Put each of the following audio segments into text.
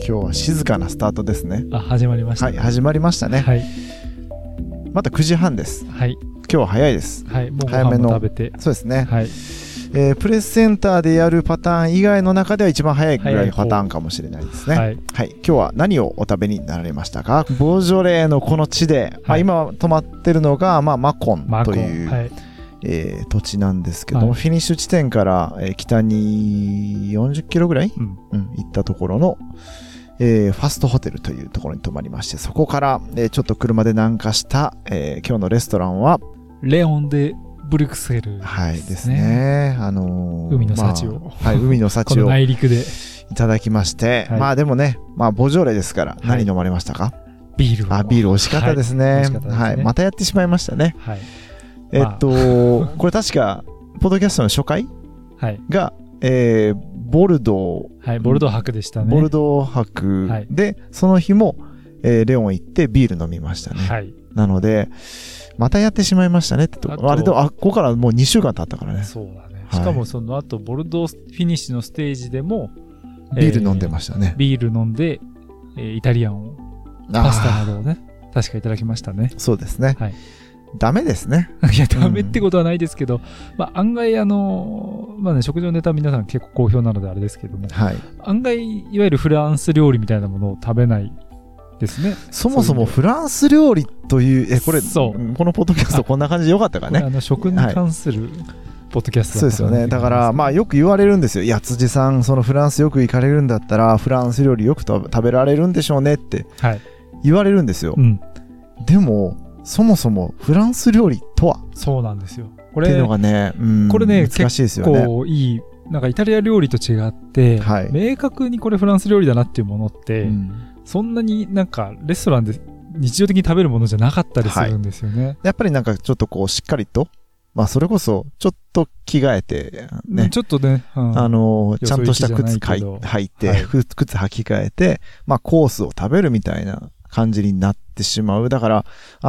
今日は静かなスタートですね。 始まりました、 はい、始まりましたね。 はい。 まだ9時半です。 はい。 今日は早いです。 はい。もうご飯も食べて。 そうですね。 はい。 プレスセンターでやるパターン以外の中では一番早いぐらいのパターンかもしれないですね。はい。はい。今日は何をお食べになられましたか？ボージョレーのこの地で、今泊まってるのが、マコンという、土地なんですけども、フィニッシュ地点から、北に40キロぐらい、行ったところの、ファストホテルというところに泊まりまして、そこから、ちょっと車で南下した、今日のレストランはレオン・デ・ブリュクセルですね。 はいですね。 海の幸を、 はい、海の幸をこの内陸でいただきまして、でもね、ボジョレですから、何飲まれましたか？ ビール。 ビール美味しかったですね。はい、またやってしまいましたね。はい。これ確かポッドキャストの初回が、ボルドー、 はい、ボルドー博でしたね。 ボルドー博で、その日も、レオン行ってビール飲みましたね。はい。なので、またやってしまいましたねってとこ。あれで、ここからもう2週間経ったからね。 そうだね。しかもその後、ボルドーフィニッシュのステージでも、 ビール飲んでましたね。 ビール飲んで、イタリアンを、パスタなどをね、確かいただきましたね。 そうですね。はい。ダメですね。 いや、ダメってことはないですけど、案外食事のネタは皆さん結構好評なのであれですけども、はい、案外、いわゆるフランス料理みたいなものを食べないですね。 そもそもフランス料理という、このポッドキャストこんな感じでよかったかね。 食に関する、ポッドキャストそうですよね。だから、よく言われるんですよ。いや、辻さん、そのフランスよく行かれるんだったら、フランス料理よく食べられるんでしょうねって言われるんですよ。でも、そもそもフランス料理とはそうなんですよ。 これっていうのがね、難しいですよね。 結構いい、なんかイタリア料理と違って、明確にこれフランス料理だなっていうものって、そんなになんかレストランで日常的に食べるものじゃなかったりするんですよね。 やっぱりなんかちょっとしっかりと、それこそちょっと着替えてね、 ちょっとね、 ちゃんとした靴履いて、靴履き替えて、コースを食べるみたいな感じになってしまう。だから、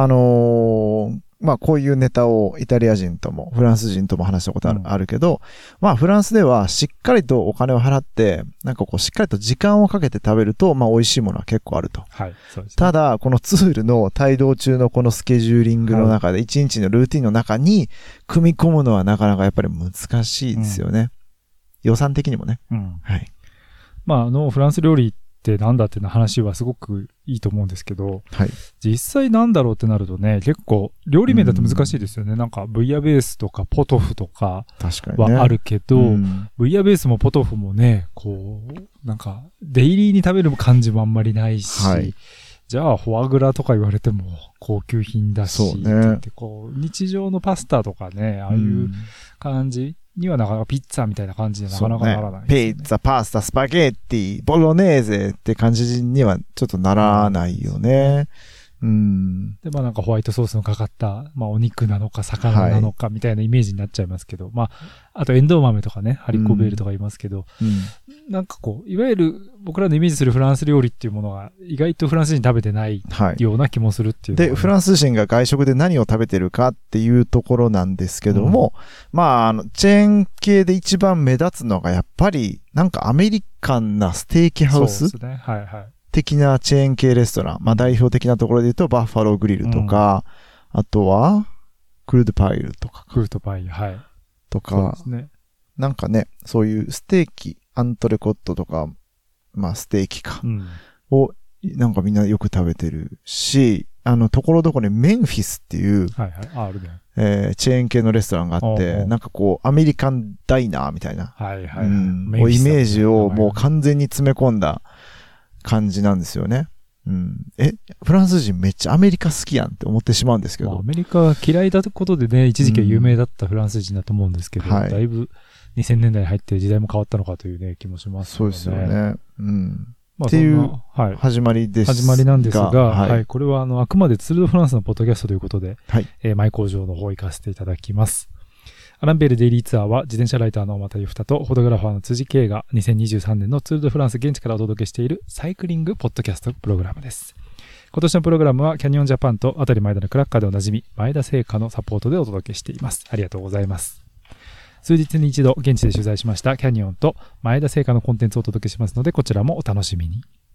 こういうネタをイタリア人ともフランス人とも話したことあるけど、フランスではしっかりとお金を払って、なんかしっかりと時間をかけて食べると、美味しいものは結構あると。はい、そうですね。ただ、このツールの帯同中のこのスケジューリングの中で、1日のルーティンの中に組み込むのはなかなかやっぱり難しいですよね。予算的にもね。はい。 フランス料理ってなんだっていう話はすごくいいと思うんですけど、はい、実際なんだろうってなるとね、結構料理名だと難しいですよね。なんかブイヤベースとかポトフとかはあるけど、ブイヤベースもポトフもね、なんかデイリーに食べる感じもあんまりないし、じゃあフォアグラとか言われても高級品だし、日常のパスタとかね、ああいう感じにはなかなかピッツァみたいな感じでなかなかならない、 ピッツァ、パスタ、スパゲッティ、ボロネーゼって感じにはちょっとならないよね。 で、なんかホワイトソースのかかった、お肉なのか魚なのかみたいなイメージになっちゃいますけど、あとエンドウ豆とかね、ハリコベールとか言いますけど、なんかいわゆる僕らのイメージするフランス料理っていうものが意外とフランス人食べてないような気もするっていう、 で、フランス人が外食で何を食べてるかっていうところなんですけども、チェーン系で一番目立つのがやっぱりなんかアメリカンなステーキハウス的なチェーン系レストラン、代表的なところで言うとバッファローグリルとか、あとはクルードパイルとか。 クルードパイル、はい。 とか、なんかね、そういうステーキ、アントレコットとか、ステーキか、をなんかみんなよく食べてるし、ところどころにメンフィスっていう、チェーン系のレストランがあって、なんかアメリカンダイナーみたいな、イメージをもう完全に詰め込んだ感じなんですよね。フランス人めっちゃアメリカ好きやんって思ってしまうんですけど。 アメリカ嫌いだことでね、一時期は有名だったフランス人だと思うんですけど、だいぶ2000年代に入って時代も変わったのかというね、気もしますよね。 そうですよね。っていう始まりですが。 始まりなんですが、これはあくまでツール・ド・フランスのポッドキャストということで、マイ工場の方行かせていただきます。アランベールデイリーツアーは自転車ライターの又ゆふたとフォトグラファーの辻圭が2023年のツール・ド・フランス現地からお届けしているサイクリングポッドキャストプログラムです。今年のプログラムはキャニオンジャパンとあたり前田のクラッカーでおなじみ前田製菓のサポートでお届けしています。ありがとうございます。数日に一度現地で取材しましたキャニオンと前田製菓のコンテンツをお届けしますのでこちらもお楽しみに。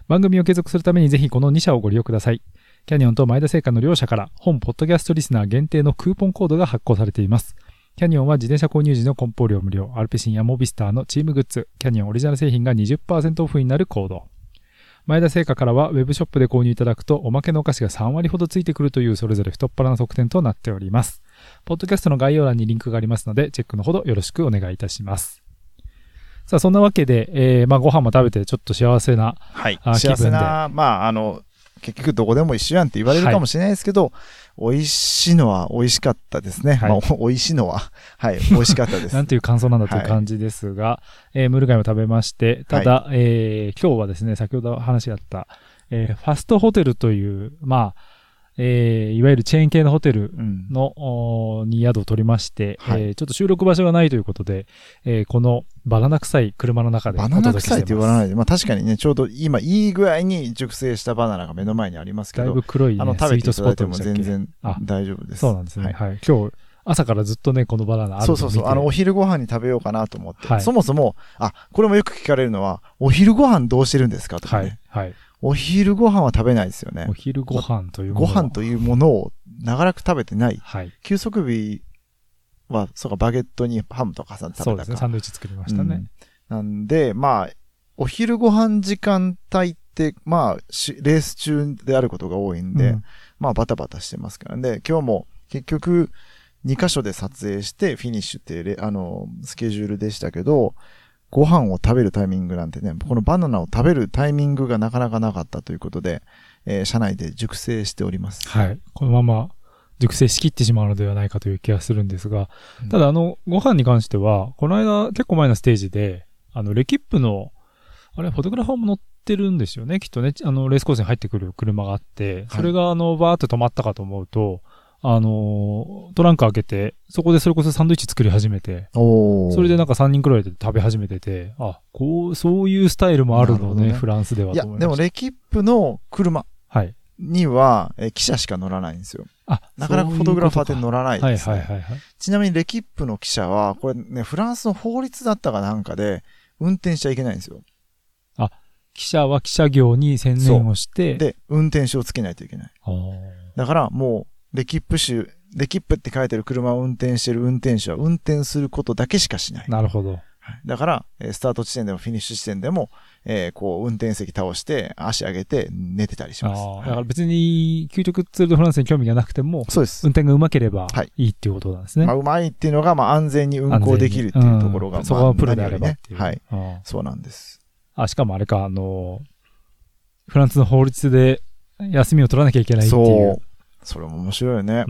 番組を継続するためにぜひこの2社をご利用ください。キャニオンと前田製菓の両社から本ポッドキャストリスナー限定のクーポンコードが発行されています。キャニオンは自転車購入時の梱包料無料、アルペシンやモビスターのチームグッズ、キャニオンオリジナル製品が 20% オフになるコード。前田製菓からはウェブショップで購入いただくとおまけのお菓子が3割ほどついてくるというそれぞれ太っ腹な特典となっております。ポッドキャストの概要欄にリンクがありますのでチェックのほどよろしくお願いいたします。さあそんなわけで、ご飯も食べてちょっと幸せな、気分で。 幸せな、結局どこでも一緒やんって言われるかもしれないですけど、美味しいのは美味しかったですね。美味しいのは、美味しかったです。 なんていう感想なんだという感じですが、ムール貝も食べまして、ただ、今日はですね、先ほど話があった、ファストホテルという、いわゆるチェーン系のホテルの、に宿を取りまして、ちょっと収録場所がないということで、このバナナ臭い車の中でお届けしてます。 バナナ臭いって言わないで、確かにね、ちょうど今いい具合に熟成したバナナが目の前にありますけど、 だいぶ黒い、ね、 食べていただいても全然大丈夫です。 そうなんですね。はい。今日、朝からずっとね、このバナナあるのを見て。 そう。お昼ご飯に食べようかなと思って。そもそも、これもよく聞かれるのは、お昼ご飯どうしてるんですかとかね。お昼ご飯は食べないですよね。 お昼ご飯というもの。 ご飯というものを長らく食べてない。休息日は、バゲットにハムとか挟んで食べたか。 そうですね。サンドイッチ作りましたね。 なんで、お昼ご飯時間帯って、レース中であることが多いんで、バタバタしてますからね。今日も結局、2箇所で撮影してフィニッシュっていうスケジュールでしたけど、ご飯を食べるタイミングなんてね、このバナナを食べるタイミングがなかなかなかったということで、車内で熟成しております。 はい。このまま熟成しきってしまうのではないかという気がするんですが、ただご飯に関しては、この間結構前のステージで、レキップの、フォトグラファーも乗ってるんですよね、きっとね。レースコースに入ってくる車があって、それがバーって止まったかと思うと、トランク開けて、そこでそれこそサンドイッチ作り始めて、それでなんか3人くらいで食べ始めてて、そういうスタイルもあるのね、フランスではと思いました。 でもレキップの車には、記者しか乗らないんですよ。なかなかフォトグラファーって乗らないですね。ちなみにレキップの記者は、これね、フランスの法律だったかなんかで、運転しちゃいけないんですよ。 記者は記者業に専念をして、 で、運転手をつけないといけない。だからもう、レキップって書いてる車を運転してる運転手は運転することだけしかしない。 なるほど。 だから、スタート地点でもフィニッシュ地点でも、運転席倒して、足上げて寝てたりします。 だから別に、究極ツール・ド・フランスに興味がなくても、 そうです。 運転が上手ければいいっていうことなんですね。 うまいっていうのが、安全に運行できるっていうところが、 そこはプロであればっていう。 はい。そうなんです。 しかもあれか、フランスの法律で休みを取らなきゃいけないっていう。 そう。それも面白いよね。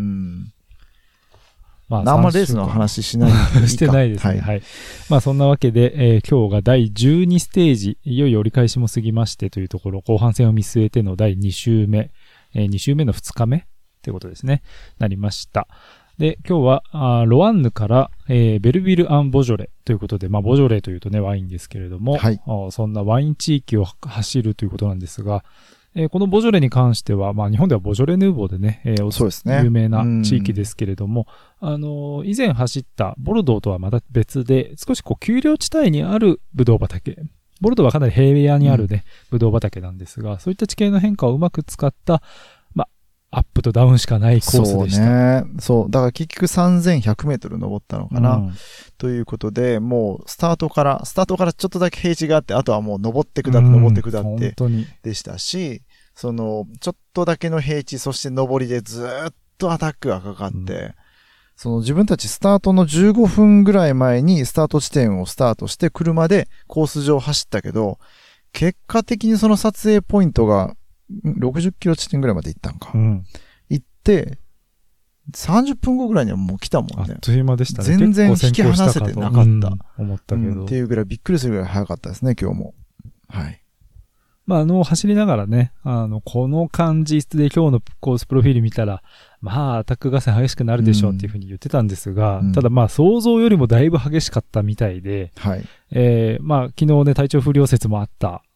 あんまレースの話しないしてないですね。はい。そんなわけで、今日が第12ステージ、いよいよ折り返しも過ぎましてというところ、後半戦を見据えての第2週目、2週目の2日目ということですね。なりました。で、今日は、ロワンヌから、ベルヴィル・アン・ボジョレということで、ボジョレというとね、ワインですけれども、そんなワイン地域を走るということなんですが、このボジョレに関しては、日本ではボジョレ・ヌーボーでね、有名な地域ですけれども、以前走ったボルドーとはまた別で、少し丘陵地帯にあるブドウ畑。ボルドーはかなり平野にあるね、ブドウ畑なんですが、そういった地形の変化をうまく使った、アップとダウンしかないコースでした。 そう。だから結局3100メートル登ったのかな。ということで、もうスタートからちょっとだけ平地があって、あとはもう登って下ってでしたし、ちょっとだけの平地、そして登りでずっとアタックがかかって、自分たちスタートの15分ぐらい前にスタート地点をスタートして車でコース上走ったけど、結果的にその撮影ポイントが60キロ地点ぐらいまで行ったんか。行って、30分後ぐらいにはもう来たもんね。 あっという間でしたね。 全然引き離せてなかった。 思ったけど。 っていうぐらいびっくりするぐらい早かったですね、今日も。はい。 走りながらね、この感じで今日のコースプロフィール見たら、アタック合戦激しくなるでしょうっていうふうに言ってたんですが、ただ想像よりもだいぶ激しかったみたいで、昨日ね、体調不良説もあった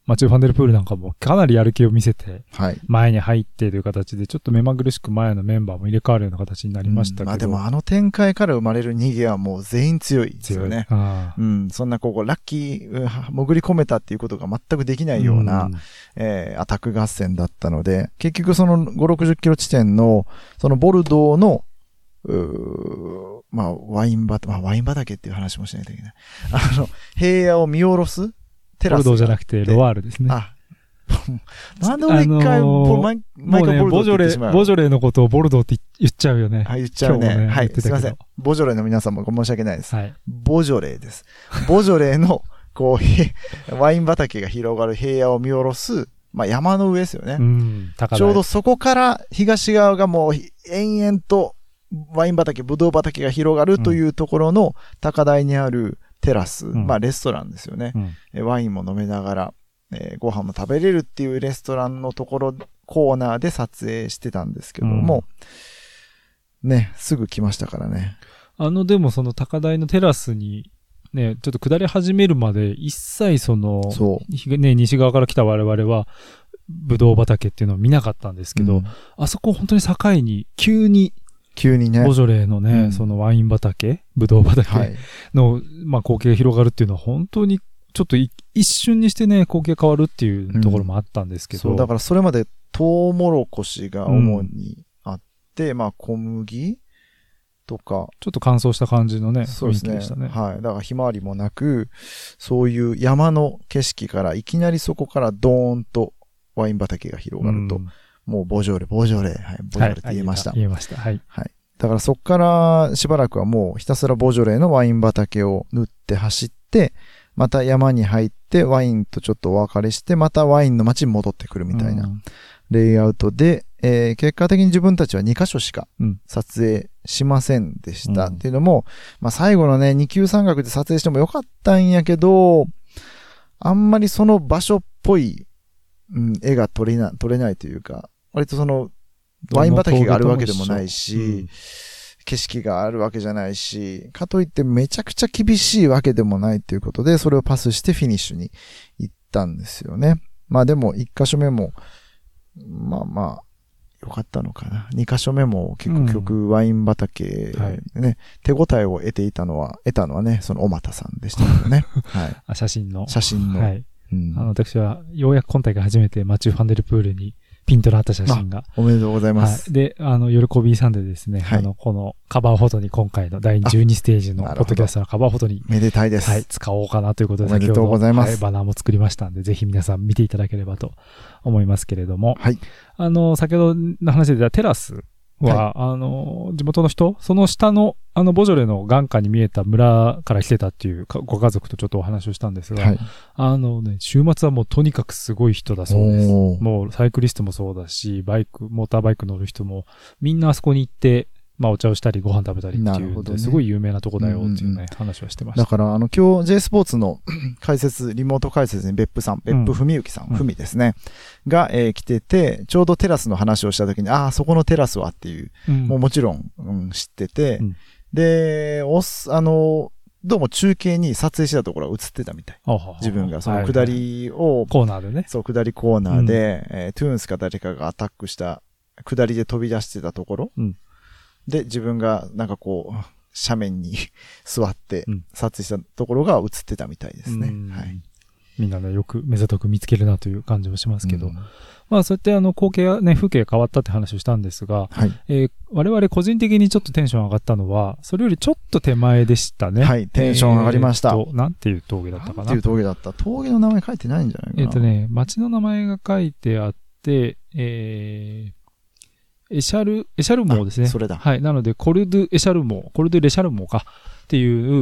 マチュー・ファンデルプールなんかもかなりやる気を見せて、 はい。 前に入ってという形で、ちょっと目まぐるしく前のメンバーも入れ替わるような形になりましたけど。 まあでもあの展開から生まれる逃げはもう全員強いですよね。うん。そんなここラッキー、潜り込めたっていうことが全くできないような、アタック合戦だったので、結局その5、60キロ地点の、そのボルドーの、まあ、ワイン畑っていう話もしないといけない。平野を見下ろすテラス。 ボルドーじゃなくて、ロワールですね。 なんで俺一回、毎回ボルドーって言ってしまう。 ボジョレーのことをボルドーって言っちゃうよね。 はい、言っちゃうね。はい、すいません。ボジョレーの皆さんも申し訳ないです。はい。ボジョレーです。ボジョレーの、こう、ワイン畑が広がる平野を見下ろす、まあ山の上ですよね。ちょうどそこから東側がもう延々とワイン畑、ブドウ畑が広がるというところの高台にあるテラス、まあレストランですよね。ワインも飲めながら、ご飯も食べれるっていうレストランのところ、コーナーで撮影してたんですけども、ね、すぐ来ましたからね。 でもその高台のテラスに、ね、ちょっと下り始めるまで、一切ね、西側から来た我々は、ブドウ畑っていうのを見なかったんですけど、あそこ本当に境に、急にね、ボジョレーのね、そのワイン畑、ブドウ畑の、まあ光景が広がるっていうのは本当にちょっと一瞬にしてね、光景変わるっていうところもあったんですけど。 そう、だからそれまでトウモロコシが主にあって、まあ小麦とか。 ちょっと乾燥した感じのね、雰囲気でしたね。 はい。だからひまわりもなく、そういう山の景色から、いきなりそこからドーンとワイン畑が広がると、もうボジョレ、はい、ボジョレって言えました。 言えました。はい。 はい。だからそこからしばらくはもうひたすらボジョレのワイン畑を縫って走って、また山に入ってワインとちょっとお別れして、またワインの街に戻ってくるみたいなレイアウトで、結果的に自分たちは2カ所しか撮影しませんでした。っていうのも、まあ最後のね、2級山岳で撮影してもよかったんやけど、あんまりその場所っぽい、絵が撮れないというか、割とその、ワイン畑があるわけでもないし、景色があるわけじゃないし、かといってめちゃくちゃ厳しいわけでもないということで、それをパスしてフィニッシュに行ったんですよね。まあでも1箇所目も、まあ、よかったのかな。2箇所目も結局ワイン畑ね、手応えを得たのはね、その小俣さんでしたけどね。はい。 写真の。 はい。 私はようやく今大会初めてマチュー・ファンデルプールにピントのあった写真が。 おめでとうございます。 はい、で、喜びさんでですね、このカバーフォトに今回の第12ステージのポッドキャストのカバーフォトに。 めでたいです。 はい、使おうかなということで、 おめでとうございます。 はい、バナーも作りましたんで、ぜひ皆さん見ていただければと思いますけれども。 はい。 先ほどの話で出たテラスは、地元の人、その下の、ボジョレの眼下に見えた村から来てたっていうご家族とちょっとお話をしたんですが、週末はもうとにかくすごい人だそうです。もうサイクリストもそうだし、モーターバイク乗る人も、みんなあそこに行って、まあお茶をしたりご飯食べたりっていう、ね、すごい有名なとこだよっていうね、話はしてました。 だから今日 J スポーツの解説、リモート解説に別府文幸さん、文ですね、が、来てて、ちょうどテラスの話をした時に、そこのテラスはっていう、もちろん、知ってて、で、どうも中継に撮影してたところが映ってたみたい。自分がその下りを、 コーナーでね。 そう、下りコーナーで、トゥーンスか誰かがアタックした下りで飛び出してたところ、で、自分がなんかこう、斜面に座って撮影したところが映ってたみたいですね。はい。 みんなね、よく目ざとく見つけるなという感じもしますけど。まあそうやって光景やね、風景が変わったって話をしたんですが、我々個人的にちょっとテンション上がったのは、それよりちょっと手前でしたね。 はい、テンション上がりました。 なんていう峠だったかな。 なんていう峠だった？峠の名前書いてないんじゃないかな。 町の名前が書いてあって、エシャルモーですね。 それだ。 はい。なので、コルドゥレシャルモーかっていう、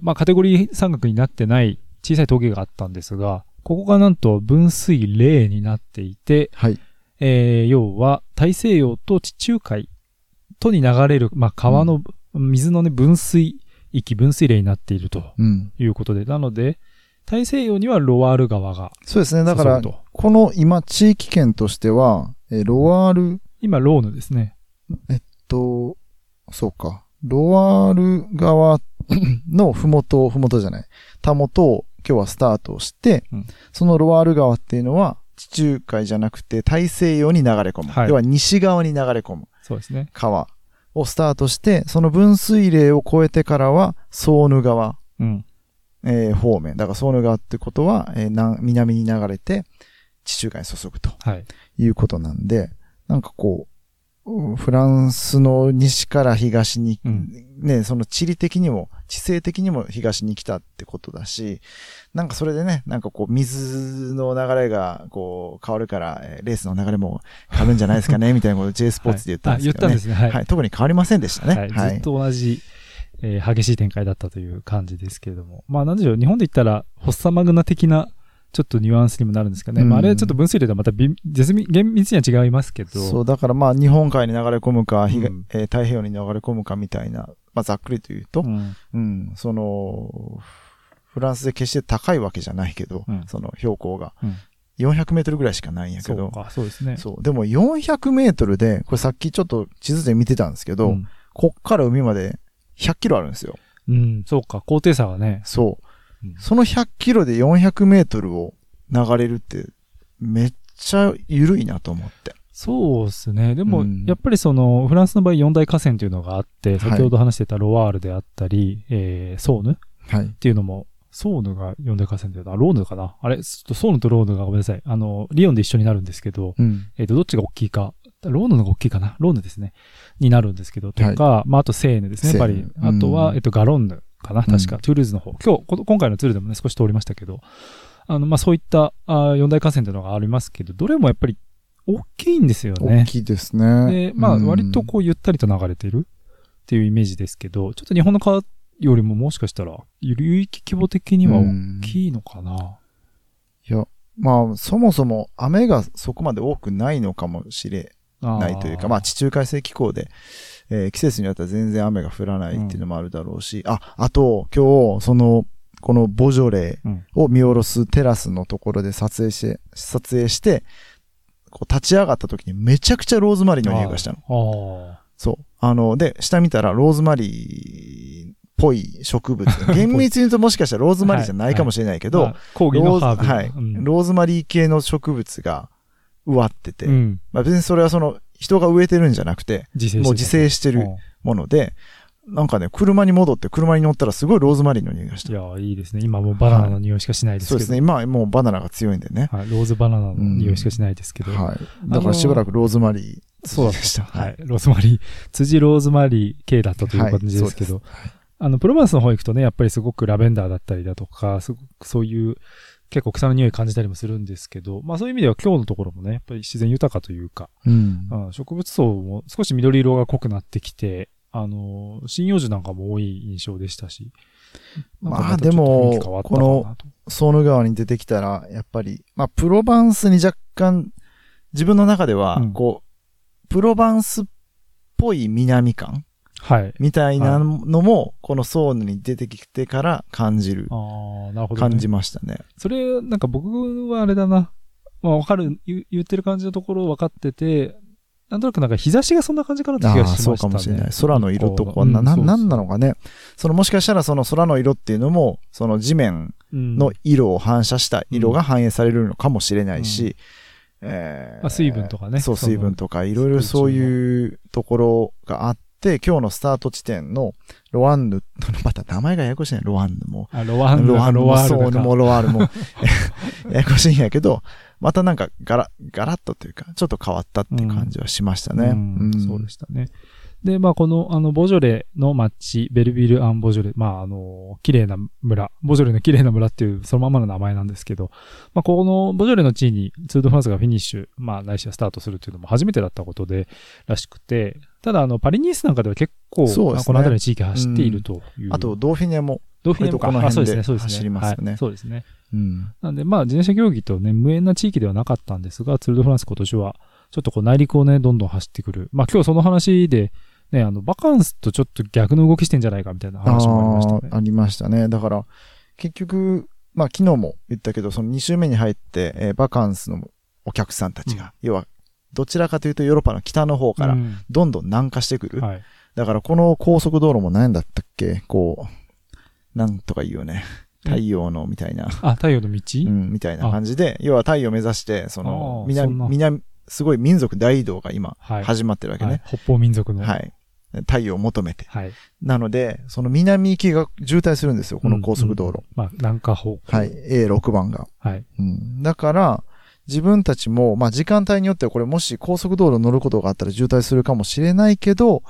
まあカテゴリー山岳になってない小さい峠があったんですが、ここがなんと分水嶺になっていて、要は大西洋と地中海とに流れる、まあ川の、水のね、分水嶺になっているということで、なので、大西洋にはロワール川が。 そうですね。だから、この今地域圏としては、ロワール、 今、ローヌですね。 そうか。ロワール川のふもとじゃない。たもとを今日はスタートをして、そのロワール川っていうのは、地中海じゃなくて大西洋に流れ込む。要は西側に流れ込む。 そうですね。 川をスタートして、その分水嶺を越えてからは、ソーヌ川、方面。だからソーヌ川ってことは、南に流れて、地中海に注ぐと。いうことなんで、なんかこう、フランスの西から東に、ね、その地理的にも、地勢的にも東に来たってことだし、なんかそれでね、なんかこう、水の流れが、こう、変わるから、レースの流れも変わるんじゃないですかね、みたいなことを J スポーツで言ったんですけどね。 言ったんですね。 はい。特に変わりませんでしたね。 ずっと同じ、激しい展開だったという感じですけれども。まあなんでしょう、日本で言ったら、フォッサマグナ的な、ちょっとニュアンスにもなるんですかね。まああれちょっと分水嶺とはまた厳密には違いますけど。 そう、だからまあ日本海に流れ込むか、太平洋に流れ込むかみたいな、まあざっくりと言うと、その、フランスで決して高いわけじゃないけど、その標高が。400メートルぐらいしかないんやけど。 そうですね。 そう。でも400メートルで、これさっきちょっと地図で見てたんですけど、こっから海まで100キロあるんですよ。 そうか。高低差はね。 そう。その100キロで400メートルを流れるって、めっちゃ緩いなと思って。 そうですね。でも、やっぱりその、フランスの場合4大河川というのがあって、先ほど話してたロワールであったり、ソーヌっていうのも、ソーヌが4大河川で、ローヌかなあれ、ソーヌとローヌがごめんなさい。リヨンで一緒になるんですけど、どっちが大きいか。ローヌのが大きいかなローヌですね。になるんですけど、とか、まあ、あとセーヌですね、やっぱり。あとは、ガロンヌかな確か。トゥールーズの方。今回のツールでもね、少し通りましたけど、まあ、そういった4大河川というのがありますけど、どれもやっぱり大きいんですよね。 大きいですね。 で、まあ、割とこうゆったりと流れてるっていうイメージですけど、ちょっと日本の川よりももしかしたら、流域規模的には大きいのかな。 いや、まあ、そもそも雨がそこまで多くないのかもしれないというか、まあ、地中海性気候で、季節によっては全然雨が降らないっていうのもあるだろうし、あと、今日、このボジョレーを見下ろすテラスのところで撮影して、こう立ち上がった時にめちゃくちゃローズマリーの匂いがしたの。そう。で、下見たらローズマリーっぽい植物。厳密に言うともしかしたらローズマリーじゃないかもしれないけど、 ローズマリー系の植物が植わってて、まあ別にそれはその人が植えてるんじゃなくて、もう自生してるもので、なんかね、車に戻って車に乗ったらすごいローズマリーの匂いがした。 いや、いいですね。今もうバナナの匂いしかしないですけど。 そうですね。今はもうバナナが強いんでね。 はい。ローズバナナの匂いしかしないですけど。 はい。だからしばらくローズマリー。 そうでした。はい。ローズマリー、辻ローズマリー系だったという感じですけど。プロバンスの方行くとね、やっぱりすごくラベンダーだったりだとか、すごくそういう結構草の匂い感じたりもするんですけど、まあそういう意味では今日のところもね、やっぱり自然豊かというか、植物層も少し緑色が濃くなってきて、針葉樹なんかも多い印象でしたし。 まあでも、このソーヌ川に出てきたら、やっぱり、まあプロバンスに若干、自分の中では、こう、プロバンスっぽい南感みたいなのも、このソーヌに出てきてから感じる。感じましたね。 それ、なんか僕はあれだな。まあわかる、言ってる感じのところ分かってて、なんとなくなんか日差しがそんな感じかなって気がしましたね。 そうかもしれない。空の色とか、なんなのかね。もしかしたらその空の色っていうのも、その地面の色を反射した色が反映されるのかもしれないし、 水分とかね。 そう、水分とか、いろいろそういうところがあって、今日のスタート地点のロワンヌ、また名前がややこしいね。ロワンヌも。 ロワンヌもソーヌもロワールも、ややこしいんやけど、またなんかガラッとというか、ちょっと変わったっていう感じはしましたね。 そうでしたね。で、まあこの、ボジョレの町、ベルビル・アン・ボジョレ、まあ綺麗な村、ボジョレの綺麗な村っていうそのままの名前なんですけど、まあこのボジョレの地にツール・ド・フランスがフィニッシュ、まあ来週スタートするっていうのも初めてだったことで、らしくて、ただパリニースなんかでは結構、この辺りの地域走っているという。 あと、ドーフィネも、 この辺で走りますよね。 そうですね。なんで、まあ、自転車競技とね、無縁な地域ではなかったんですが、ツール・ド・フランス今年は、ちょっとこう内陸をね、どんどん走ってくる。まあ、今日その話で、ね、バカンスとちょっと逆の動きしてんじゃないかみたいな話もありましたね。 ありましたね。だから、結局、まあ、昨日も言ったけど、その2週目に入って、バカンスのお客さんたちが、要は、どちらかというとヨーロッパの北の方から、どんどん南下してくる。だから、この高速道路も何だったっけこう、なんとか言うよね。 太陽のみたいな。 太陽の道みたいな感じで、要は太陽を目指して、すごい民族大移動が今、始まってるわけね。 北方民族の。 はい。太陽を求めて。はい。なので、その南行きが渋滞するんですよ、この高速道路。 南下方向。 はい。A6 番が。はい。だから、自分たちも、時間帯によってはこれもし高速道路乗ることがあったら渋滞するかもしれないけど、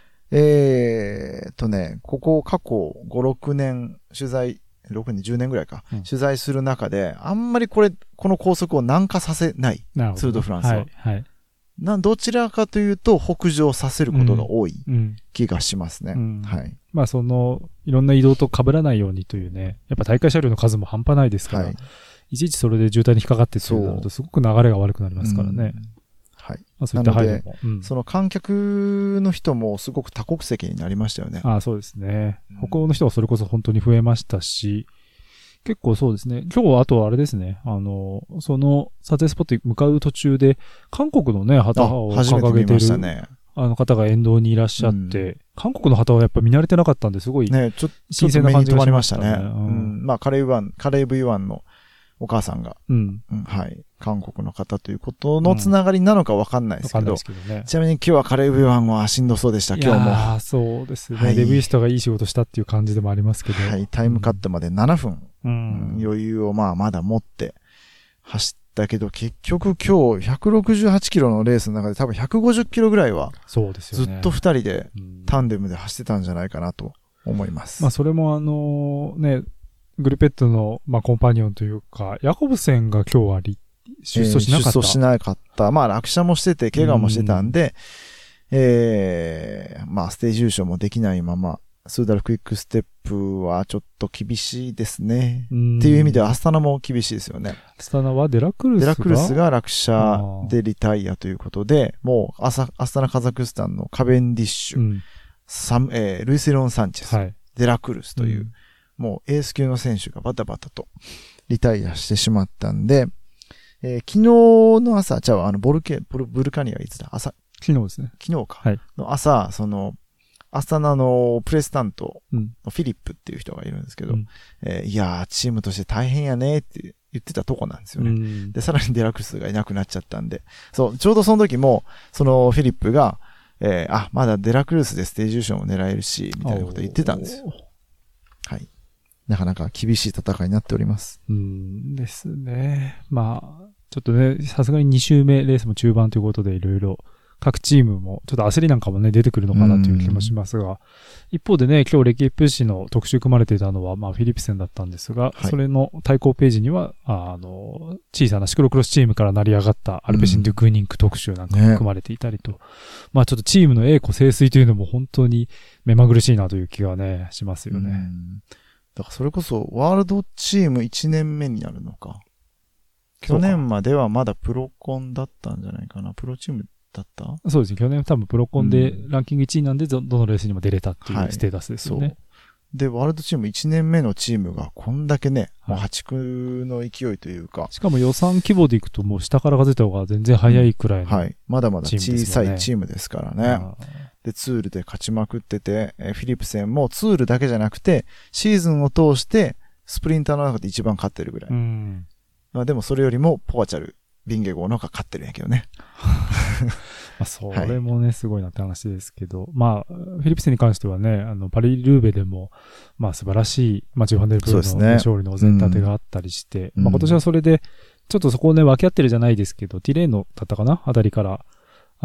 ここ過去5、6年取材、6年、10年ぐらいか、取材する中で、あんまりこの高速を南下させない。ツール・ド・フランスは。はい。どちらかというと、北上させることが多い気がしますね。はい。 いろんな移動と被らないようにというね、やっぱ大会車両の数も半端ないですから、いちいちそれで渋滞に引っかかってってなると、すごく流れが悪くなりますからね。 はい。そういった配慮も。その観客の人もすごく多国籍になりましたよね。 そうですね。北欧の人はそれこそ本当に増えましたし、結構そうですね。今日はあとあれですね。その撮影スポットに向かう途中で、韓国のね、旗を掲げてる、方が沿道にいらっしゃって、韓国の旗はやっぱ見慣れてなかったんですごい、新鮮な感じがしましたね。 カレーブイワンのお母さんが、はい、韓国の方ということのつながりなのかわかんないですけど、ちなみに今日はカレーブイワンはしんどそうでした、今日も。 そうですね。レビュー人がいい仕事したっていう感じでもありますけど。 はい、タイムカットまで7分。余裕をまだ持って走ったけど、結局今日168キロのレースの中で多分150キロぐらいは、そうですよね。ずっと2人でタンデムで走ってたんじゃないかなと思います。 それもグルペットの、コンパニオンというか、ヤコブセンが今日は出走しなかった。 出走しなかった。落車もしてて、怪我もしてたんで、ステージ優勝もできないまま、スーダルクイックステップはちょっと厳しいですね。っていう意味ではアスタナも厳しいですよね。 アスタナはデラクルスが落車でリタイアということで、もうアスタナカザクスタンのカベンディッシュ、ルイス・ロン・サンチェス、デラクルスという、もうエース級の選手がバタバタとリタイアしてしまったんで、昨日の朝、ブルカニアはいつだ昨日ですね。 昨日か。はい。の朝、アスタナのプレス担当のフィリップっていう人がいるんですけど、いやー、チームとして大変やねって言ってたとこなんですよね。で、さらにデラクルスがいなくなっちゃったんで、そう、ちょうどその時も、そのフィリップが、まだデラクルスでステージ優勝も狙えるし、みたいなこと言ってたんですよ。はい。なかなか厳しい戦いになっております。 ですね。ちょっとね、さすがに2周目レースも中盤ということでいろいろ各チームもちょっと焦りなんかもね出てくるのかなという気もしますが、一方でね、今日レキップ誌の特集組まれていたのはフィリプセンだったんですが、それの対抗ページには小さなシクロクロスチームから成り上がったアルペシン・デュクーニンク特集なんかも組まれていたりと、ちょっとチームの栄枯盛衰というのも本当に目まぐるしいなという気がねしますよね。 だからそれこそワールドチーム1年目になるのか。去年まではまだプロコンだったんじゃないかな。プロチームだったそうですね。去年多分プロコンでランキング1位なんでどのレースにも出れたっていうステータスですよね。そうで、ワールドチーム1年目のチームがこんだけね、もう破竹の勢いというか。 しかも予算規模でいくともう下から数えた方が全然早いくらいの、 はい。まだまだ小さいチームですからね。で、ツールで勝ちまくってて、フィリプセンもツールだけじゃなくて、シーズンを通してスプリンターの中で一番勝ってるぐらい。でもそれよりもポガチャル、ビンゲゴーの方が勝ってるんやけどね。 それもね、すごいなって話ですけど、フィリプセンに関してはね、パリルーベでも、素晴らしい、ジョハンデルプールの、勝利のお膳立てがあったりして、今年はそれで、ちょっとそこをね、分け合ってるじゃないですけど、ティレーノだったかなあたりから、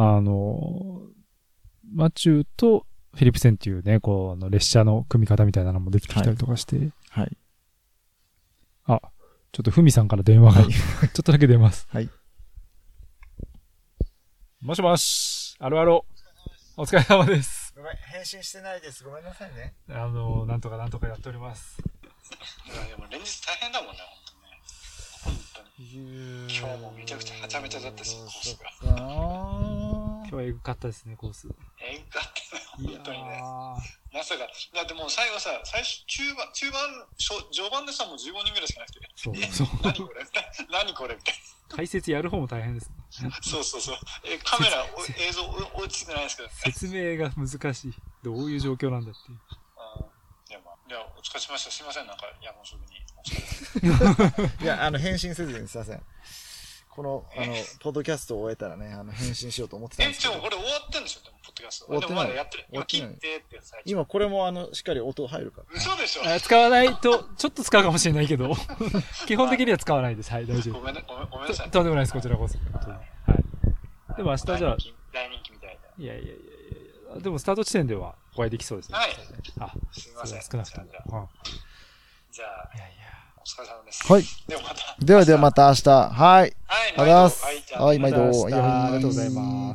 マチューとフィリプセンっていうね、列車の組み方みたいなのもできてきたりとかして、はい。ちょっとふみさんから電話が、ちょっとだけ出ます。はい。もしもし、アロアロ。お疲れ様です。 ごめん、返信してないです。ごめんなさいね。 なんとかやっております。 でも連日大変だもんね、本当に。今日もめちゃくちゃはちゃめちゃだったし、コースが。 今日はエグかったですね、コース。 エグかったね、本当にね。まさか、だってもう最後さ、中盤、序盤でさ、もう15人ぐらいしかなくて。そう。何これみたいな。 解説やる方も大変ですね。そう。カメラ、映像追いついてないですけど、ね。 説明が難しい。どういう状況なんだっていう。 いや、お疲れしました。すいません、なんか、いや、もうすぐに。お疲れいや、返信せずにすいません。この、ポッドキャストを終えたらね、返信しようと思ってたんですけど。 これ終わってんでしょ、でも、ポッドキャスト。 終わってない。 でもまだやってる。今切ってってやつ。 今、これも、しっかり音入るから。 嘘でしょ。 使わないと、ちょっと使うかもしれないけど、基本的には使わないです。はい、大丈夫。 ごめんなさい。 とんでもないです、こちらこそ。はい。でも明日じゃあ。 大人気みたいな。 いや。でも、スタート地点ではお会いできそうですね。 はい。 あ、 すみません。 少なくとも。 じゃあ、お疲れ様です。 はい。ではまた明日。はい。 はい。 はい、毎度。 ありがとうございます。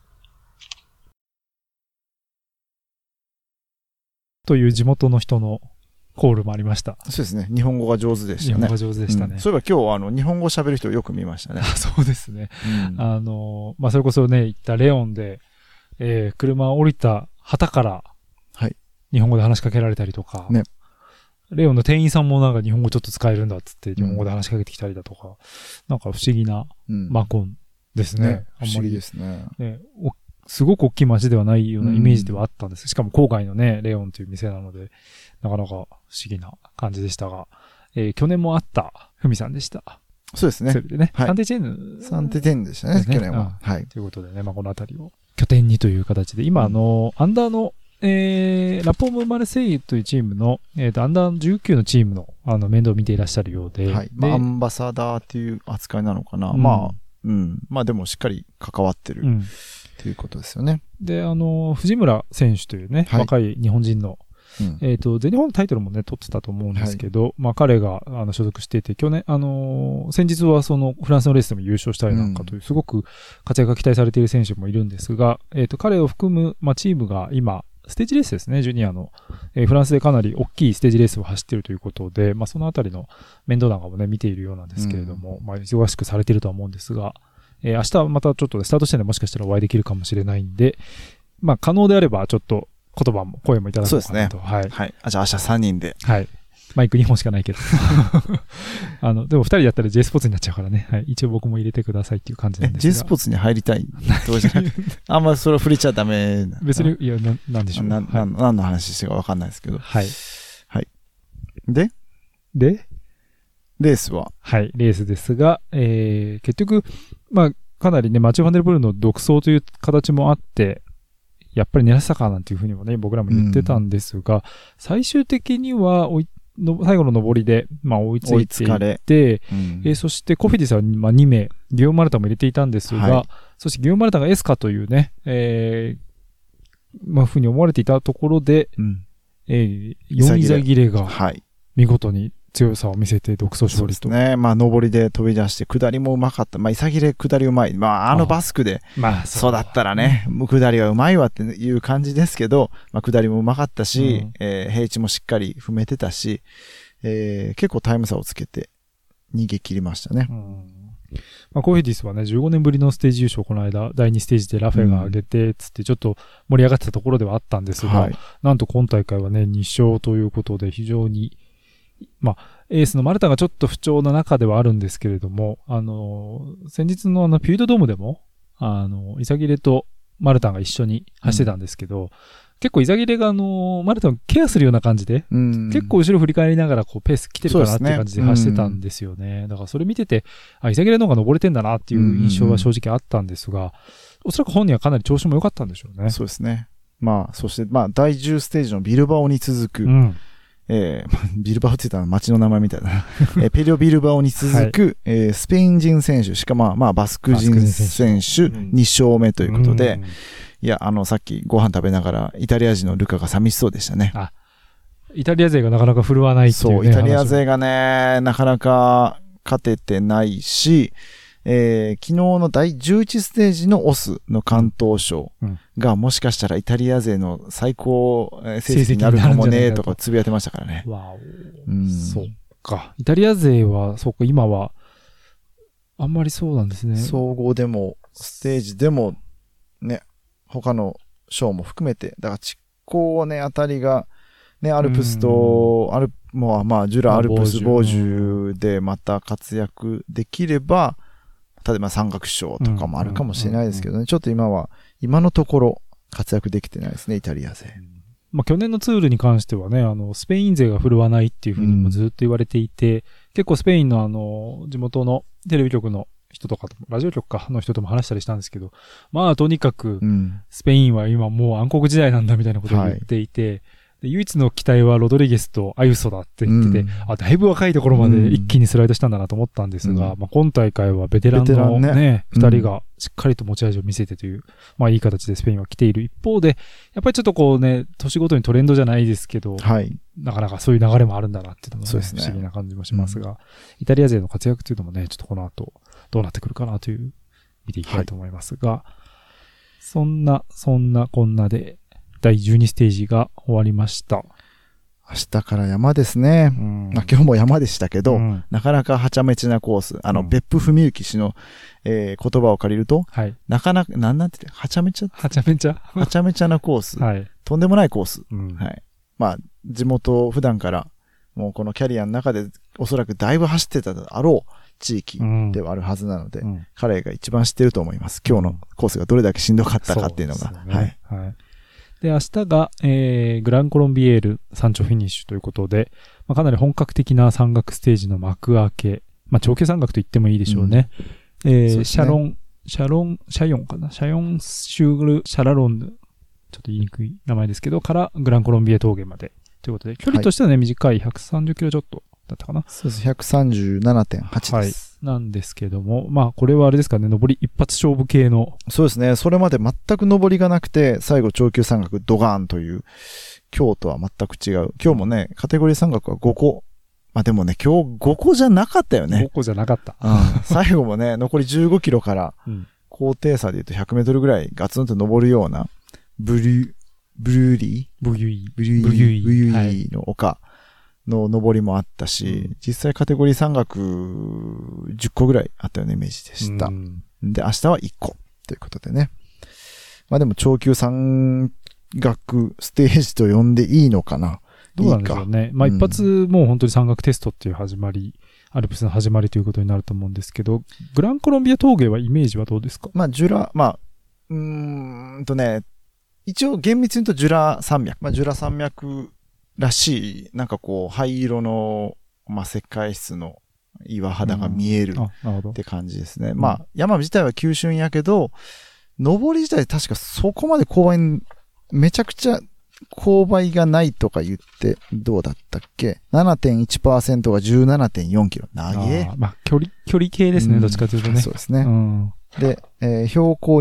という地元の人のコールもありました。 そうですね。日本語が上手でしたね。 日本語が上手でしたね。 そういえば今日日本語喋る人よく見ましたね。 そうですね。それこそね、行ったレオンで、車を降りた旗から、 はい。 日本語で話しかけられたりとか、ね。レオンの店員さんもなんか日本語ちょっと使えるんだっつって日本語で話しかけてきたりだとか、なんか不思議なマコンですね。 不思議ですね。 すごく大きい街ではないようなイメージではあったんです。しかも郊外のね、レオンという店なので、なかなか不思議な感じでしたが、去年もあったふみさんでした。 そうですね。 それでね、サンテテンヌでしたね、去年は。 はい。ということでね、このあたりを拠点にという形で、今アンダーのラポーム・マルセイユというチームの、アンダー19のチームの、面倒を見ていらっしゃるようで。 はい。アンバサダーっていう扱いなのかな。でもしっかり関わってる、っていうことですよね。 で、藤村選手というね、若い日本人の、全日本のタイトルもね、取ってたと思うんですけど、彼が、所属していて、去年、先日はその、フランスのレースでも優勝したりなんかという、すごく活躍が期待されている選手もいるんですが、彼を含む、チームが今、ステージレースですね、ジュニアの。フランスでかなり大きいステージレースを走っているということで、そのあたりの面倒なんかもね、見ているようなんですけれども、忙しくされているとは思うんですが、明日はまたちょっとスタート地点でもしかしたらお会いできるかもしれないんで、可能であればちょっと言葉も声もいただこうかなと。 そうですね。はい。じゃあ明日3人で。 はい。マイク2本しかないけど。でも2人だったら J スポーツになっちゃうからね。はい。一応僕も入れてくださいっていう感じなんですが。 J スポーツに入りたいどうじゃなくて。あんまそれを触れちゃダメ。 別に、いや、なんでしょう。 何の話してかわかんないですけど。 はい。 はい。でレースははい。レースですが、結局、かなりね、マチュー・ファンデルプールの独走という形もあって、やっぱり狙ってたかなんていうふうにもね、僕らも言ってたんですが、最終的には最後の上りで、追いついていて、そしてコフィディスは2名、ギオン・マルタも入れていたんですが、そしてギオン・マルタがエスカというね、ふうに思われていたところで、4イザギレが、見事に強さを見せて独走勝利と。 そうですね。上りで飛び出して、下りもうまかった。イサギレ下りうまい。バスクで、そうだったらね、下りはうまいわっていう感じですけど、下りもうまかったし、平地もしっかり踏めてたし、結構タイム差をつけて逃げ切りましたね。 コフィディスはね、15年ぶりのステージ優勝、この間、第2ステージでラフェが上げて、つってちょっと盛り上がってたところではあったんですが、なんと今大会はね、2勝ということで非常に、エースのマルタがちょっと不調な中ではあるんですけれども、先日のピュイドドームでも、イザギレとマルタが一緒に走ってたんですけど、結構イザギレがマルタをケアするような感じで、結構後ろ振り返りながらペース来てるかなっていう感じで走ってたんですよね。だからそれ見てて、イザギレの方が登れてんだなっていう印象は正直あったんですが、おそらく本人はかなり調子も良かったんでしょうね。 そうですね。そして第10ステージのビルバオに続く、ビルバオって言ったら街の名前みたいな。ペリオ・ビルバオに続く、スペイン人選手、しかもバスク人選手2勝目ということで、いや、さっきご飯食べながら、イタリア人のルカが寂しそうでしたね。 イタリア勢がなかなか振るわないっていうね。 そう、イタリア勢がね、なかなか勝ててないし、昨日の第11ステージのオスの関東賞がもしかしたらイタリア勢の最高成績になるかもねとかつぶやいてましたからね。 そうか。イタリア勢は、そうか、今は、あんまりそうなんですね。 総合でも、ステージでも、ね、他の賞も含めて、だから地高ね、あたりが、ね、アルプスと、ジュラ、アルプス、ボージュでまた活躍できれば、例えば山岳賞とかもあるかもしれないですけどね、ちょっと今のところ活躍できてないですね、イタリア勢。 まあ去年のツールに関してはね、スペイン勢が振るわないっていうふうにもずっと言われていて、結構スペインの地元のテレビ局の人とかとも、ラジオ局かの人とも話したりしたんですけど、まあとにかく、スペインは今もう暗黒時代なんだみたいなことを言っていて、で唯一の期待はロドリゲスとアユソだって言ってて、だいぶ若いところまで一気にスライドしたんだなと思ったんですが、まあ今大会はベテランのね、二人がしっかりと持ち味を見せてという、まあいい形でスペインは来ている一方で、やっぱりちょっとこうね、年ごとにトレンドじゃないですけど、なかなかそういう流れもあるんだなっていうのも、ね、不思議な感じもしますが、イタリア勢の活躍というのもね、ちょっとこの後どうなってくるかなという、見ていきたいと思いますが、そんなこんなで、第12ステージが終わりました。 明日から山ですね。まあ、今日も山でしたけど、なかなかはちゃめちゃなコース。別府文幸氏の、言葉を借りると、なかなか、なんて言って、はちゃめちゃなコース。とんでもないコース。まあ、地元、普段から、もうこのキャリアの中で、おそらくだいぶ走ってたであろう地域ではあるはずなので、彼が一番知ってると思います。今日のコースがどれだけしんどかったかっていうのが。 で、明日が、グランコロンビエール山頂フィニッシュということで、まあ、かなり本格的な山岳ステージの幕開け。まあ、長距山岳と言ってもいいでしょうね。シャヨンシューグルシャラロンヌ。ちょっと言いにくい名前ですけど、からグランコロンビエ峠まで。ということで、距離としてはね、短い130キロちょっとだったかな。 そうです。137.8 です。 なんですけども、まあ、これはあれですかね、上り一発勝負系の。 そうですね。それまで全く上りがなくて、最後長級山岳ドガーンという、今日とは全く違う。今日もね、カテゴリー山岳は5個。まあでもね、今日5個じゃなかったよね。 5個じゃなかった。 最後もね、残り15キロから、高低差で言うと100メートルぐらいガツンと登るような、ブユイの丘の登りもあったし、実際カテゴリー山岳10個ぐらいあったようなイメージでした。で、明日は1個ということでね。まあでも長級山岳ステージと呼んでいいのかな。 どうなんでしょうね。まあ一発もう本当に山岳テストっていう始まり、アルプスの始まりということになると思うんですけど、グランコロンビア峠はイメージはどうですか？ まあ一応厳密に言うとジュラ山脈。まあジュラ山脈らしい、なんかこう、灰色の、まあ石灰質の岩肌が見えるって感じですね。まあ山自体は急峻やけど、登り自体確かそこまで勾配、めちゃくちゃ勾配がないとか言って、どうだったっけ ?7.1% が 17.4 キロ。長え。 まあ距離系ですね、どっちかというとね。 そうですね。で、標高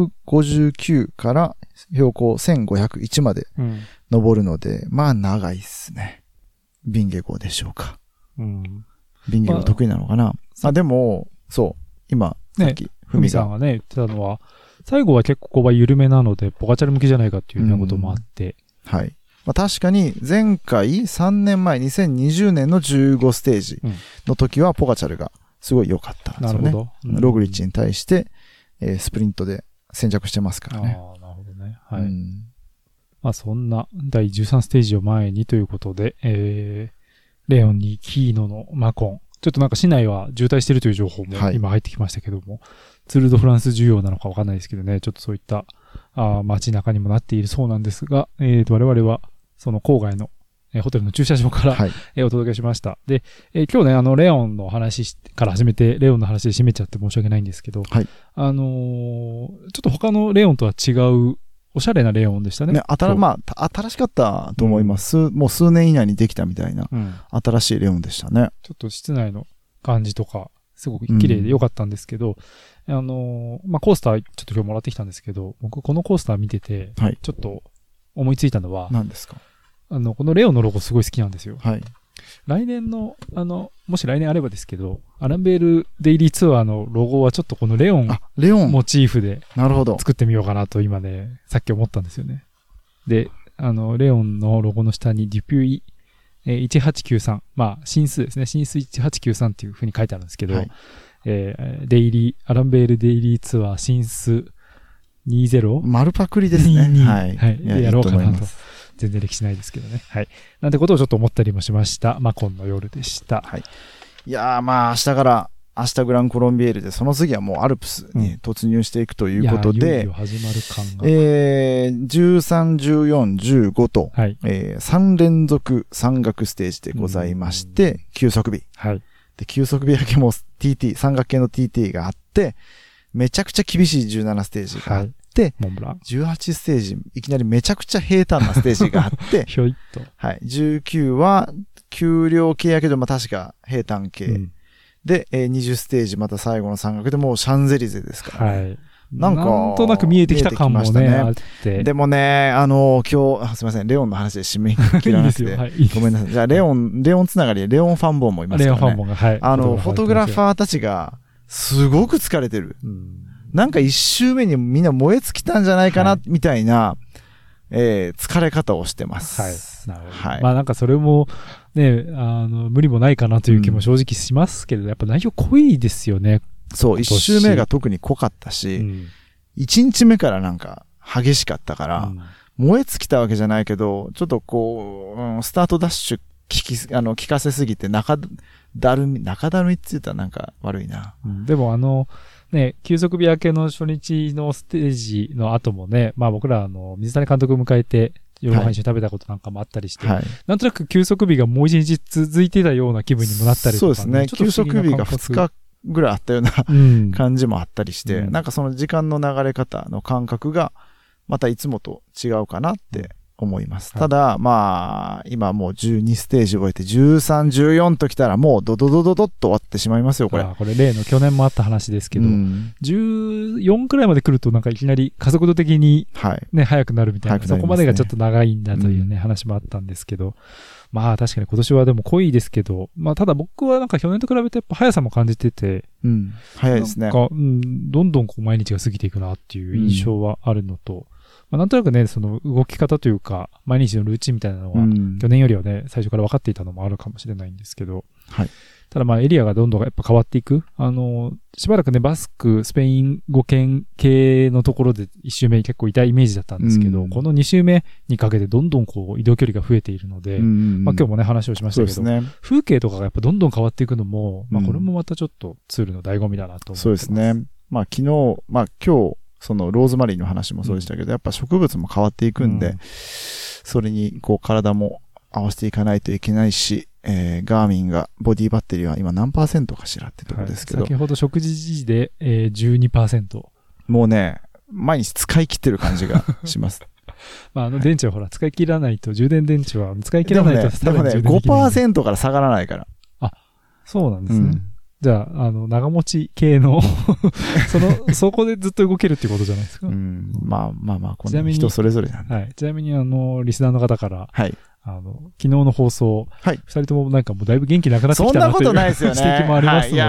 259から標高1501まで登るので、まあ長いっすね。ビンゲゴでしょうか。ビンゲゴ得意なのかな。でも、そう、今、さっき、 ふみさんがね、言ってたのは、最後は結構勾配緩めなので、ポガチャル向きじゃないかっていうようなこともあって。 はい。まあ確かに、前回3年前、2020年の15ステージの時は、ポガチャルがすごい良かったんですよね。なるほど。ログリッチに対して、スプリントで先着してますからね。 なるほどね。はい。まあそんな第13ステージを前にということで、レオンにキーノのマコン。ちょっとなんか市内は渋滞してるという情報も今入ってきましたけども、ツールドフランス需要なのかわかんないですけどね、ちょっとそういった街中にもなっているそうなんですが、我々はその郊外のホテルの駐車場から、お届けしました。で、今日ね、レオンの話から始めて、レオンの話で締めちゃって申し訳ないんですけど、ちょっと他のレオンとは違う、おしゃれなレオンでしたね。 新しかったと思います。もう数年以内にできたみたいな、新しいレオンでしたね。 ちょっと室内の感じとか、すごく綺麗で良かったんですけど、コースター、ちょっと今日もらってきたんですけど、僕このコースター見てて、ちょっと思いついたのは、 何ですか？ このレオンのロゴすごい好きなんですよ。 はい。 来年の、もし来年あればですけど、アランベールデイリーツアーのロゴはちょっとこのレオンモチーフで作ってみようかなと今ね、さっき思ったんですよね。で、レオンのロゴの下にデュピュイ、1893、まあ、新数ですね。新数1893っていう風に書いてあるんですけど、アランベールデイリーツアー新数20？ 丸パクリですね。 はい。で、やろうかなと。全然歴史ないですけどね。はい。なんてことをちょっと思ったりもしました。マコンの夜でした。 はい。いやー、まあ、明日から明日グランコロンビエールで、その次はもうアルプスに突入していくということで、 いよいよ始まる感が。 13、14、15と、はい、3連続山岳ステージでございまして、休息日。はい。で、休息日だけも TT、山岳系の TT があって、めちゃくちゃ厳しい17ステージがあって、はい、18ステージ、いきなりめちゃくちゃ平坦なステージがあって、 ひょいっと。 はい。19は、丘陵系やけど、まあ、確か平坦系。うん、で、20ステージ、また最後の山岳でもうシャンゼリゼですから、ね。はい。 なんとなく見えてきた感もね、あって。 でもね、今日、すみません、レオンの話で締め切らなくて。いいですよ、はい。ごめんなさい。じゃあ、レオンつながりで、レオンファンボンもいますからね。 レオンファンボンが、はい。 フォトグラファーたちが、すごく疲れてる。なんか一周目にみんな燃え尽きたんじゃないかな、みたいな、疲れ方をしてます。 はい。なるほど。はい。まあなんかそれも、ね、無理もないかなという気も正直しますけど、やっぱ内容濃いですよね。 そう、一周目が特に濃かったし、一日目からなんか激しかったから、燃え尽きたわけじゃないけど、ちょっとこう、スタートダッシュ聞かせすぎて中だるみって言ったらなんか悪いな。 でもね、休息日明けの初日のステージの後もね、まあ僕ら水谷監督を迎えて、夜ご飯一緒に食べたことなんかもあったりして、はい、なんとなく休息日がもう一日続いてたような気分にもなったりとか、 そうですね。休息日が2日ぐらいあったような、感じもあったりして、なんかその時間の流れ方の感覚が、またいつもと違うかなって思います。ただ、まあ、今もう12ステージ終えて13、14ときたらもうドドドドドッと終わってしまいますよ、これ。 これ例の去年もあった話ですけど、14くらいまで来るとなんかいきなり加速度的にね、早くなるみたいな、そこまでがちょっと長いんだというね、話もあったんですけど、まあ確かに今年はでも濃いですけど、まあただ僕はなんか去年と比べてやっぱ速さも感じてて、 早いですね。 なんか、どんどんこう毎日が過ぎていくなっていう印象はあるのと、まあ、なんとなくね、その動き方というか、毎日のルーチンみたいなのは、去年よりはね、最初から分かっていたのもあるかもしれないんですけど、はい。ただまあエリアがどんどんやっぱ変わっていく。しばらくね、バスク、スペイン語圏系のところで1周目結構痛いイメージだったんですけど、この2周目にかけてどんどんこう移動距離が増えているので、まあ今日もね話をしましたけど、ね、風景とかがやっぱどんどん変わっていくのも、まあこれもまたちょっとツールの醍醐味だなと思ってます。 そうですね。まあ今日、そのローズマリーの話もそうでしたけど、やっぱ植物も変わっていくんで、それにこう体も合わせていかないといけないし、ガーミンがボディバッテリーは今何%かしらってところですけど、 先ほど食事時で、12%。 もうね、毎日使い切ってる感じがします。 まあ電池はほら使い切らないと、充電電池は使い切らないとでもね、5% から下がらないから。 あ、そうなんですね。じゃあ、長持ち系のそこでずっと動けるっていうことじゃないですか。 まあ、この人それぞれなんで。 はい。ちなみに、リスナーの方から、はい。昨日の放送、はい。二人ともなんかもうだいぶ元気なくなってきたなという指摘もありますので、ね。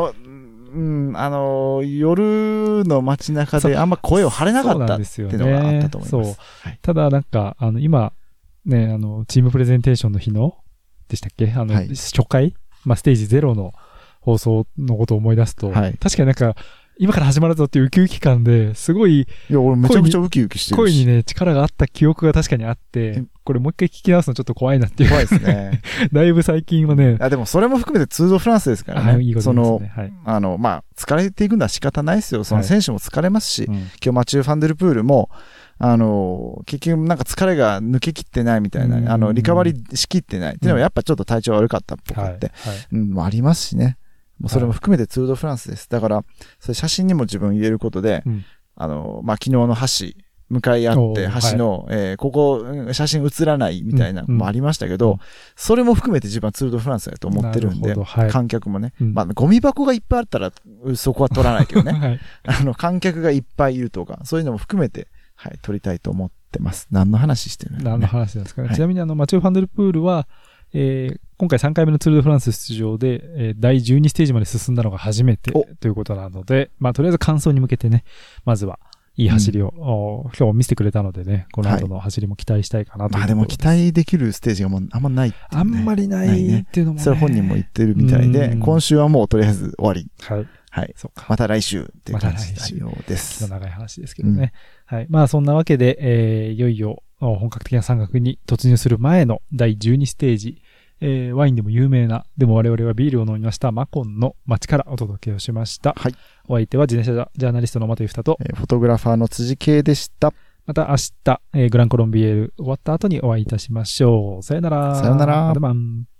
はい。いや、夜の街中であんま声を張れなかったっていうのがあったと思います。そう。 はい、ただ、なんか、今、ね、チームプレゼンテーションの日の、でしたっけはい、初回まあ、ステージ0の、放送のことを思い出すと、はい、確かになんか、今から始まるぞっていうウキウキ感ですごい、 いや、俺めちゃくちゃウキウキしてるし。声にね、力があった記憶が確かにあって、これもう一回聞き直すのちょっと怖いなっていう。 怖いですね。 だいぶ最近はね。 でもそれも含めてツール・ド・フランスですからね。いいことですね。はい、まあ、疲れていくのは仕方ないですよ。その選手も疲れますし、今日マチュー・ファンデルプールも、結局なんか疲れが抜けきってないみたいな、リカバリーしきってないっていうのはやっぱちょっと体調悪かったっぽくって、ありますしね。もうそれも含めてツール・ド・フランスです。だから、それ写真にも自分入れることで、まあ、昨日の橋、向かい合って、橋の、ここ、写真写らないみたいなのもありましたけど、それも含めて自分はツール・ド・フランスだと思ってるんで、観客もね、まあ、ゴミ箱がいっぱいあったら、そこは取らないけどね、観客がいっぱいいるとか、そういうのも含めて、はい、撮りたいと思ってます。何の話してるの、 何の話なんですかね。ちなみにマチュー・ファンデルプールは、今回3回目のツール・ド・フランス出場で、第12ステージまで進んだのが初めてということなので、まあとりあえず完走に向けてね、まずはいい走りを、今日見せてくれたのでね、この後の走りも期待したいかなという、 まあでも期待できるステージがもうあんまないっていうね。 あんまりないっていうのもね。 それ本人も言ってるみたいで、今週はもうとりあえず終わり。はい。はい。そうか。また来週っていう感じのようです。 長い話ですけどね。はい。まあそんなわけで、いよいよ本格的な山岳に突入する前の第12ステージ、 ワインでも有名な、でも我々はビールを飲みましたマコンの街からお届けをしました。 はい。 お相手は自転車ジャーナリストの又井二と、 フォトグラファーの辻圭でした。 また明日、グランコロンビエール終わった後にお会いいたしましょう。さよなら。 さよなら。